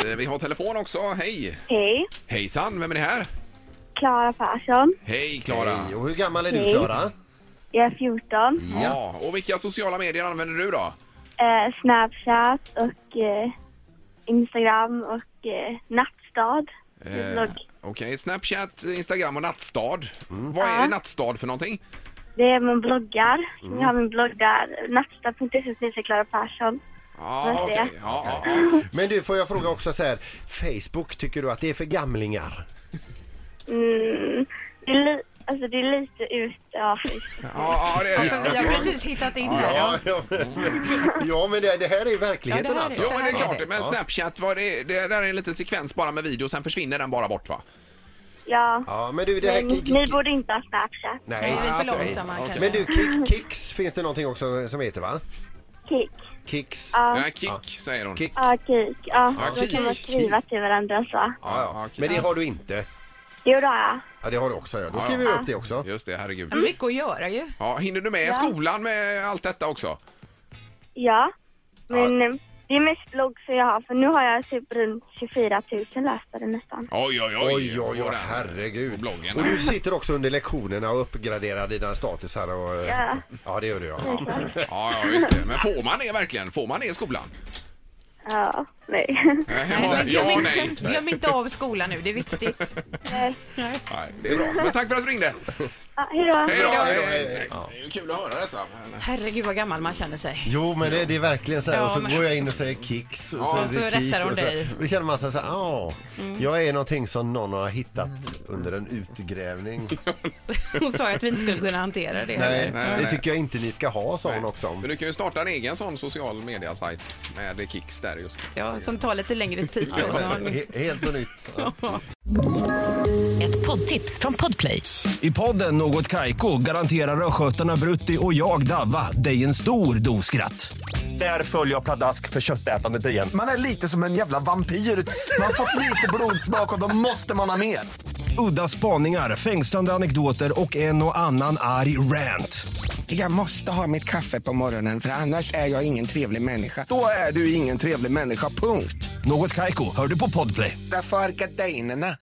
Vi har telefon också. Hej. Hej. Hejsan, vem är det här? Klara Persson. Hej Klara. Hej, och hur gammal är du, Klara? Jag är 14. Ja, och vilka sociala medier använder du då? Snapchat och Instagram och Nattstad. Okej, Snapchat, Instagram och Nattstad. Vad är Nattstad för någonting? Det är min bloggar. Jag har min blogg där. Nattstad.se Klara Persson. Ja, okej. Ja. Men du, får jag fråga också så här, Facebook, tycker du att det är för gamlingar? Det är lite ut av Facebook. Ja, det är det. Vi har precis hittat in här. Ja, men det här är verkligheten Ja, det här är alltså. Jo, men det är klart. Men Snapchat, det där är en liten sekvens bara med video, sen försvinner den bara bort, va? Ja. Ja, men du, det här... Men ni borde inte ha Snapchat. Nej, Vi är Alltså, för långsamma okej. men kanske. du, Kicks finns det någonting också som heter, va? Kick. Kicks. Ja. Ja, kick, säger hon. Kick. Ja, kick. Ja, då kick. kan man skriva till varandra så. Ja, Men det har du inte. Jo, då har jag. Ja, det har du också. Ja. Då skriver vi upp det också. Just det, herregud. Mycket att göra ju. Ja, hinner du med skolan med allt detta också? Ja, men det är mest blogg så jag har. För nu har jag typ runt 24 000 läsare nästan. Oj, herregud. På bloggen. Och du sitter också under lektionerna och uppgraderar dina status här. Och, ja, det gör du, ja. Ja, just det. Men får man det verkligen? Får man det i skolan? Ja, nej. Nej. Glöm inte av skolan nu, det är viktigt. Nej. Nej, det är bra. Men tack för att du ringde. Ja, hej då. Hej då. Hej. Det är ju kul att höra detta. Herregud vad gammal man känner sig. Jo, men det är verkligen så här. Ja, och så men- går jag in och säger Kicks. Och Ja, är det så rättar Kick, hon och så, dig. och då känner man så här, jag är någonting som någon har hittat under en utgrävning. Hon sa ju att vi inte skulle kunna hantera det. Nej, eller? det tycker jag inte ni ska ha, sa hon Nej. också. Men du kan ju starta en egen sån social media-sajt med Kicks där just. Ja, som tar lite längre tid. Då, så. Helt något nytt. Ja. Ett poddtips från Podplay. I podden Något Kaiko garanterar östgötarna Brutti och jag Davva dig en stor dos skratt. Där följer jag pladask för köttätandet igen. Man är lite som en jävla vampyr. Man har fått lite blodsmak och då måste man ha mer. Udda spaningar, fängslande anekdoter och en och annan arg rant. Jag måste ha mitt kaffe på morgonen för annars är jag ingen trevlig människa. Då är du ingen trevlig människa, punkt. Något Kaiko, hör du på Podplay. Därför är gardinerna.